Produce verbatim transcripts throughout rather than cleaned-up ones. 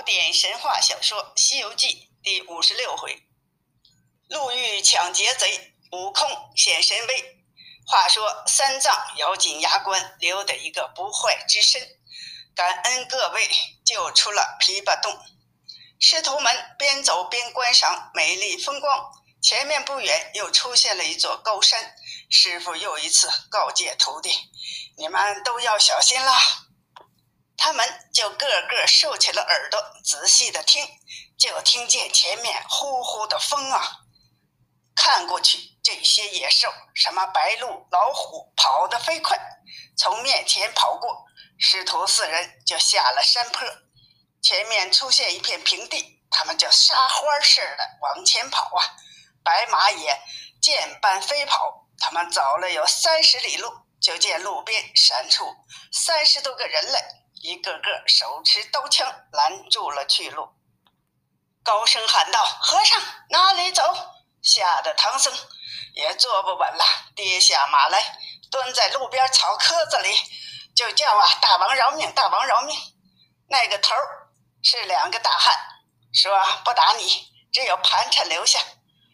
典神话小说《西游记》第五十六回，路遇抢劫贼，悟空显神威。话说三藏咬紧牙关，留得一个不坏之身。感恩各位救出了琵琶洞。师徒们边走边观赏美丽风光，前面不远又出现了一座高山。师父又一次告诫徒弟，你们都要小心啦。他们就个个竖起了耳朵，仔细的听，就听见前面呼呼的风啊，看过去，这些野兽，什么白鹿、老虎，跑得飞快，从面前跑过。师徒四人就下了山坡，前面出现一片平地，他们就撒欢似的往前跑啊。白马也箭般飞跑，他们走了有三十里路，就见路边闪出三十多个人来，一个个手持刀枪拦住了去路，高声喊道：和尚哪里走？吓得唐僧也坐不稳了，跌下马来，蹲在路边草棵子里，就叫啊，大王饶命，大王饶命。那个头是两个大汉，说不打你，只有盘缠留下。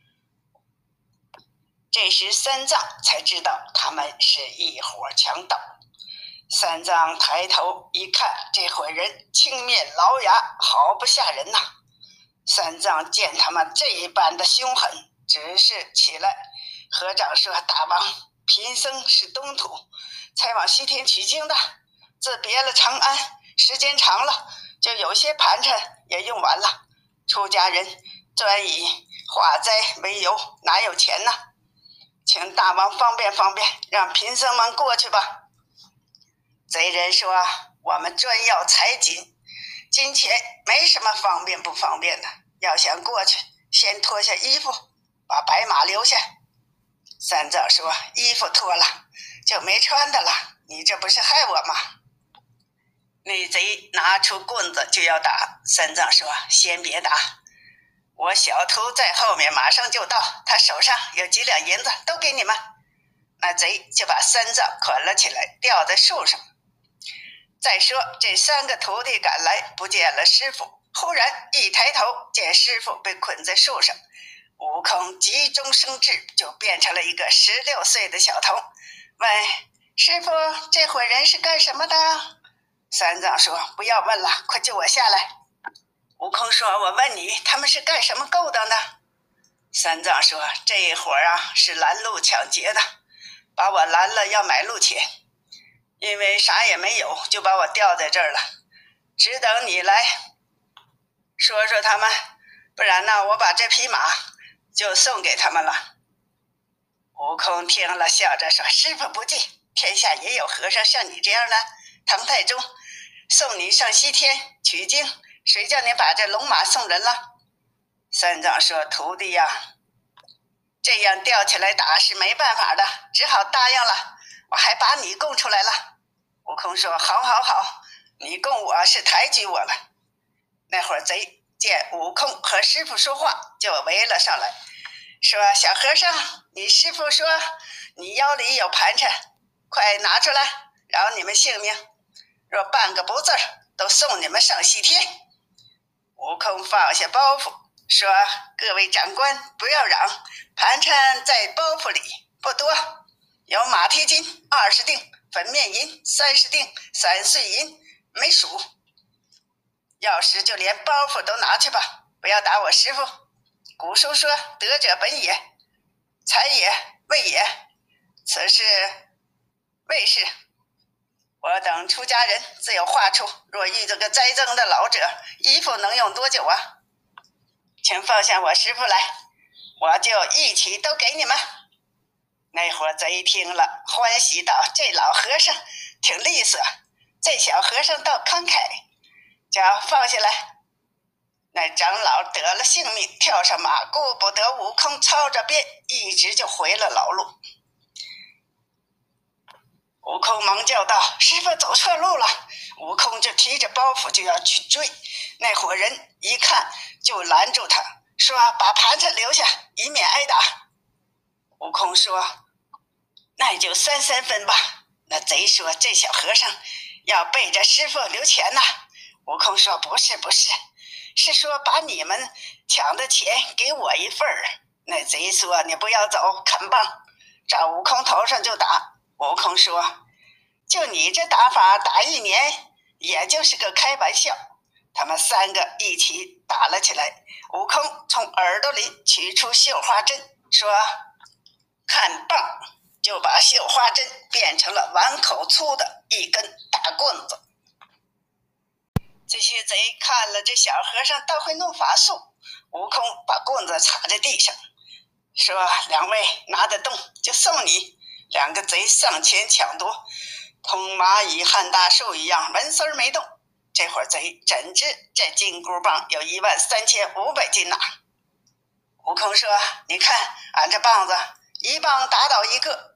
这时三藏才知道他们是一伙强盗。三藏抬头一看，这伙人青面獠牙，好不吓人呐。三藏见他们这一般的凶狠，只是起来合掌说：大王，贫僧是东土，才往西天取经的，自别了长安，时间长了，就有些盘缠也用完了。出家人专以化灾为由，哪有钱呢？请大王方便方便，让贫僧们过去吧。贼人说：我们专要财金，金钱没什么方便不方便的，要想过去，先脱下衣服，把白马留下。三藏说：衣服脱了就没穿的了，你这不是害我吗？那贼拿出棍子就要打，三藏说：先别打，我小徒在后面马上就到，他手上有几两银子都给你们。那贼就把三藏捆了起来，吊在树上。再说这三个徒弟赶来，不见了师父，忽然一抬头见师父被捆在树上，悟空急中生智，就变成了一个十六岁的小童，问师父，这伙人是干什么的？三藏说：不要问了，快救我下来。悟空说：我问你，他们是干什么勾当的？三藏说：这一伙啊是拦路抢劫的，把我拦了要买路钱，因为啥也没有，就把我吊在这儿了，只等你来说说他们，不然呢，我把这匹马就送给他们了。悟空听了，笑着说：师父不计，天下也有和尚像你这样的。唐太宗送你上西天取经，谁叫你把这龙马送人了？三藏说：徒弟呀、啊，这样吊起来打是没办法的，只好答应了，我还把你供出来了。悟空说：好好好，你供我是抬举我了。那会儿贼见悟空和师父说话，就围了上来，说：小和尚，你师父说你腰里有盘缠，快拿出来，饶你们性命，若半个不字都送你们上西天。悟空放下包袱，说：各位长官不要嚷，盘缠在包袱里不多，有马蹄金二十锭，粉面银三十锭，散碎银没数，要时就连包袱都拿去吧，不要打我师父。古书说：得者本也，财也，位也，此事位事，我等出家人自有话处，若遇这个栽赃的老者，衣服能用多久啊？请放下我师父来，我就一起都给你们。那伙贼听了欢喜道：这老和尚挺利索，这小和尚倒慷慨，叫放下来。那长老得了性命，跳上马，顾不得悟空操着鞭，一直就回了老路。悟空忙叫道：师父走错路了。悟空就提着包袱就要去追，那伙人一看就拦住他，说：把盘缠留下，以免挨打。悟空说：那也就三三分吧。那贼说：这小和尚要背着师父留钱呐。悟空说：不是不是， 是说把你们抢的钱给我一份儿。那贼说：你不要走，砍棒，照悟空头上就打。悟空说：就你这打法，打一年也就是个开玩笑。他们三个一起打了起来。悟空从耳朵里取出绣花针，说：看棒，就把绣花针变成了碗口粗的一根大棍子。这些贼看了这小和尚倒会弄法术，悟空把棍子插在地上，说：两位拿得动就送你。两个贼上前抢夺，同蚂蚁撼大树一样，纹丝儿没动。这会儿贼怎知这金箍棒有一万三千五百斤呐！悟空说：你看俺这棒子，一棒打倒一个。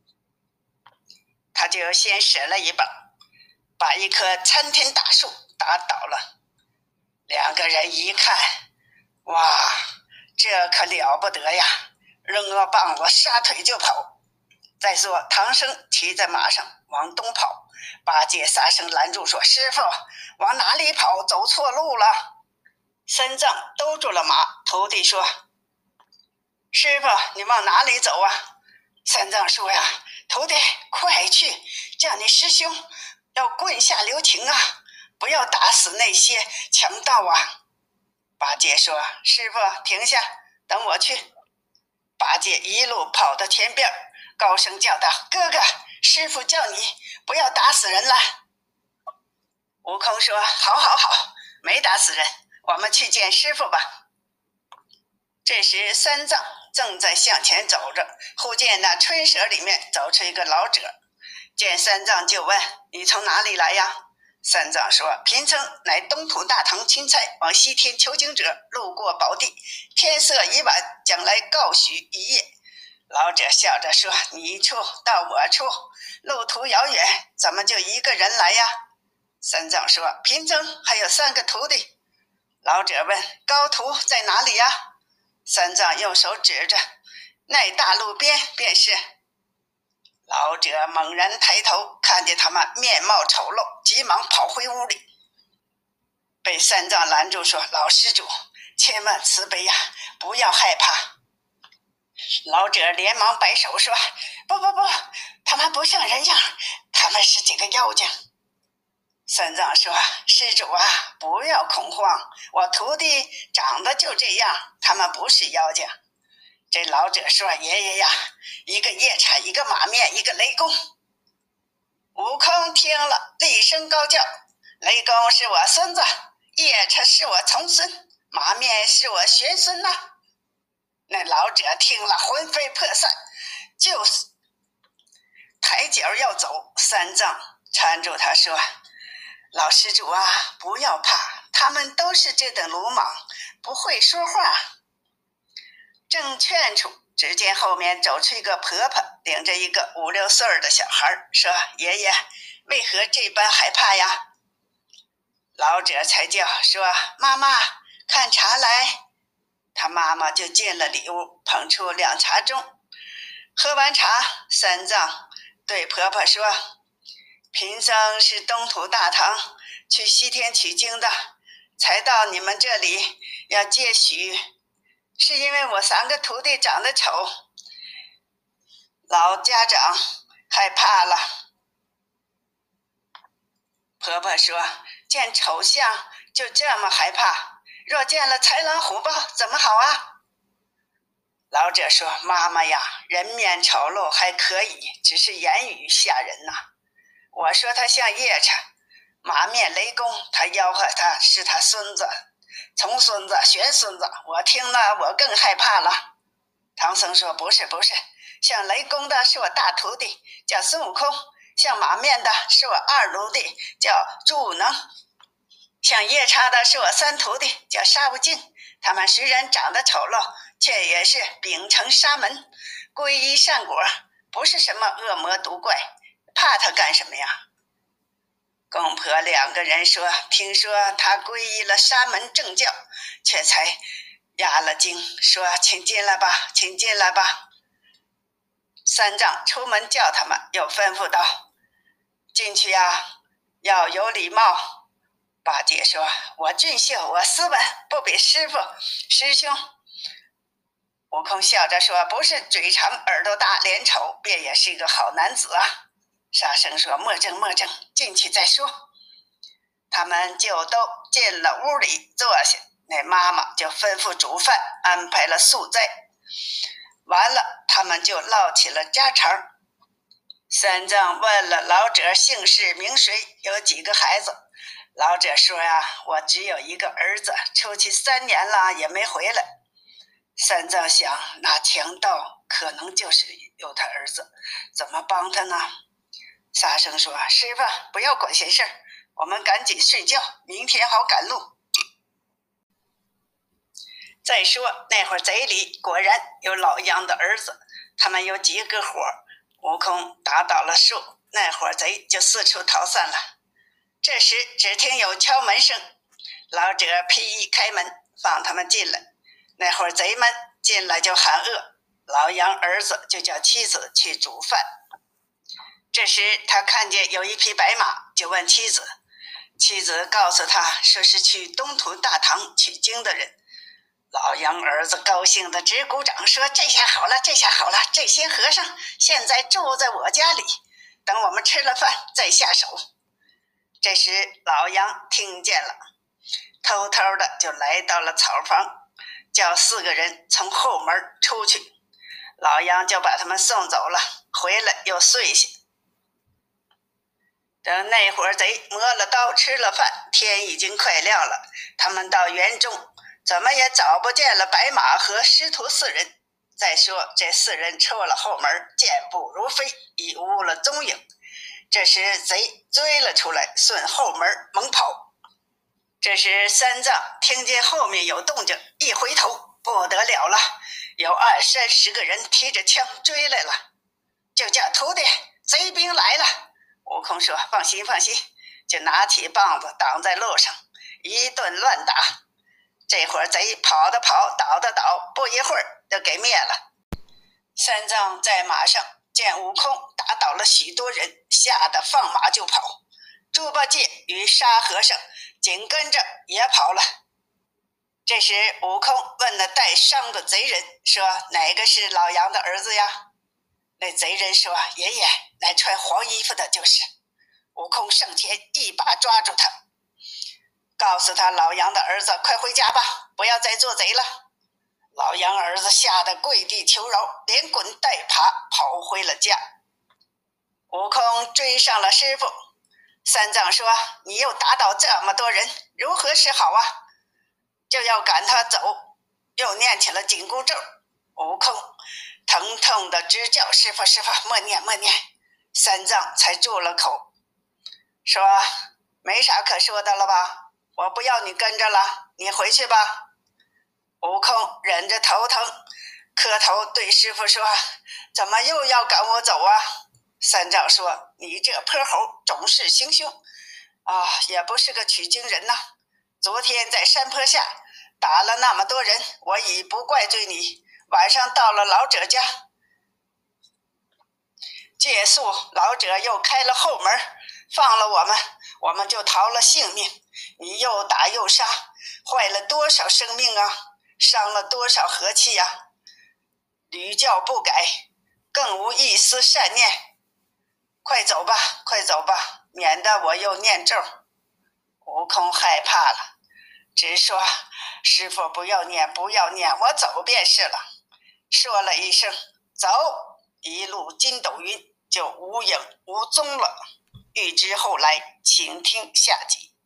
他就先使了一棒，把一棵参天大树打倒了。两个人一看，哇，这可了不得呀，扔了棒子撒腿就跑。再说唐僧骑在马上往东跑，八戒撒声拦住说：师傅，往哪里跑？走错路了。三藏兜住了马，徒弟说：师傅，你往哪里走啊？三藏说呀：徒弟，快去，叫你师兄要棍下留情啊，不要打死那些强盗啊。八戒说：师傅，停下，等我去。八戒一路跑到前边，高声叫道：哥哥，师傅叫你不要打死人了。悟空说：好好好，没打死人，我们去见师傅吧。这时三藏正在向前走着，忽见那春舍里面走出一个老者，见三藏就问：你从哪里来呀？三藏说：贫僧乃东土大唐钦差，往西天求经者，路过宝地，天色已晚，将来告许一夜。老者笑着说：你处到我处，路途遥远，怎么就一个人来呀？三藏说：贫僧还有三个徒弟。老者问：高徒在哪里呀？三藏用手指着那大路边便是。老者猛然抬头，看见他们面貌丑陋，急忙跑回屋里，被三藏拦住说：老施主，千万慈悲呀，不要害怕。老者连忙摆手说：不不不，他们不像人样，他们是几个妖精。三藏说：施主啊，不要恐慌，我徒弟长得就这样，他们不是妖精。这老者说：爷爷呀，一个夜叉，一个马面，一个雷公。悟空听了厉声高叫：雷公是我孙子，夜叉是我重孙，马面是我玄孙呐、啊！那老者听了魂飞魄散，就是抬脚要走。三藏搀住他说：老施主啊，不要怕，他们都是这等鲁莽，不会说话。正劝处，只见后面走出一个婆婆，领着一个五六岁的小孩，说：爷爷，为何这般害怕呀？老者才叫说：妈妈，看茶来。他妈妈就进了里屋，捧出两茶盅。喝完茶，三藏对婆婆说：贫僧是东土大唐去西天取经的，才到你们这里要接许，是因为我三个徒弟长得丑，老家长害怕了。婆婆说：见丑相就这么害怕，若见了豺狼虎豹怎么好啊？老者说：妈妈呀，人面丑陋还可以，只是言语吓人呐、啊。我说他像夜叉，马面雷公，他吆喝他是他孙子，重孙子，玄孙子，我听了我更害怕了。唐僧说：不是不是，像雷公的是我大徒弟叫孙悟空，像马面的是我二徒弟叫朱武能，像夜叉的是我三徒弟叫沙悟净。他们虽然长得丑陋，却也是秉承沙门，皈依善果，不是什么恶魔毒怪，怕他干什么呀？公婆两个人说：听说他皈依了沙门正教，却才压了惊，说：请进来吧，请进来吧。三藏出门叫他们，又吩咐道：进去呀，要有礼貌， 八戒说：“我俊秀，我斯文，不比师傅师兄。”悟空笑着说：“不是嘴长耳朵大脸丑，便也是一个好男子啊。”沙僧说：“莫争莫争，进去再说。”他们就都进了屋里坐下，那妈妈就吩咐煮饭，安排了素菜。完了，他们就唠起了家常。三藏问了老者姓氏名谁，有几个孩子。老者说呀：“我只有一个儿子，出去三年了也没回来。”三藏想，那强盗可能就是有他儿子，怎么帮他呢？沙僧说：“师傅，不要管闲事，我们赶紧睡觉，明天好赶路。”再说那会儿贼里果然有老杨的儿子，他们有几个伙，悟空打倒了树，那伙贼就四处逃散了。这时只听有敲门声，老者披衣开门，放他们进来。那伙贼们进来就喊饿，老杨儿子就叫妻子去煮饭。这时他看见有一匹白马，就问妻子，妻子告诉他说是去东土大唐取经的人。老杨儿子高兴的直鼓掌，说：“这下好了，这下好了，这些和尚现在住在我家里，等我们吃了饭再下手。”这时老杨听见了，偷偷的就来到了草房，叫四个人从后门出去。老杨就把他们送走了，回来又睡下。等那伙贼磨了刀吃了饭，天已经快亮了，他们到园中怎么也找不见了白马和师徒四人。再说这四人出了后门，健步如飞，已无了踪影。这时贼追了出来，顺后门猛跑。这时三藏听见后面有动静，一回头，不得了了，有二三十个人提着枪追来了，就叫徒弟，贼兵来了。悟空说：“放心放心。”就拿起棒子挡在路上，一顿乱打。这会儿贼跑的跑，倒的倒，不一会儿就给灭了。三藏在马上见悟空打倒了许多人，吓得放马就跑。猪八戒与沙和尚紧跟着也跑了。这时悟空问了带伤的贼人说：“哪个是老杨的儿子呀？”那贼人说：“爷爷，那穿黄衣服的就是。”悟空上前一把抓住他，告诉他：“老杨的儿子，快回家吧，不要再做贼了。”老杨儿子吓得跪地求饶，连滚带爬跑回了家。悟空追上了师傅。三藏说：“你又打倒这么多人，如何是好啊？”就要赶他走，又念起了紧箍咒。悟空疼痛的直叫：“师傅师傅，默念默念。”三藏才住了口，说：“没啥可说的了吧？我不要你跟着了，你回去吧。”悟空忍着头疼，磕头对师傅说：“怎么又要赶我走啊？”三藏说：“你这泼猴总是行凶啊，也不是个取经人呐。昨天在山坡下打了那么多人，我已不怪罪你。晚上到了老者家借宿，老者又开了后门，放了我们，我们就逃了性命。你又打又杀，坏了多少生命啊，伤了多少和气啊！屡教不改，更无一丝善念。快走吧，快走吧，免得我又念咒。”悟空害怕了，只说：“师傅不要念，不要念，我走便是了。”说了一声走，一路筋斗云就无影无踪了。欲知后来，请听下集。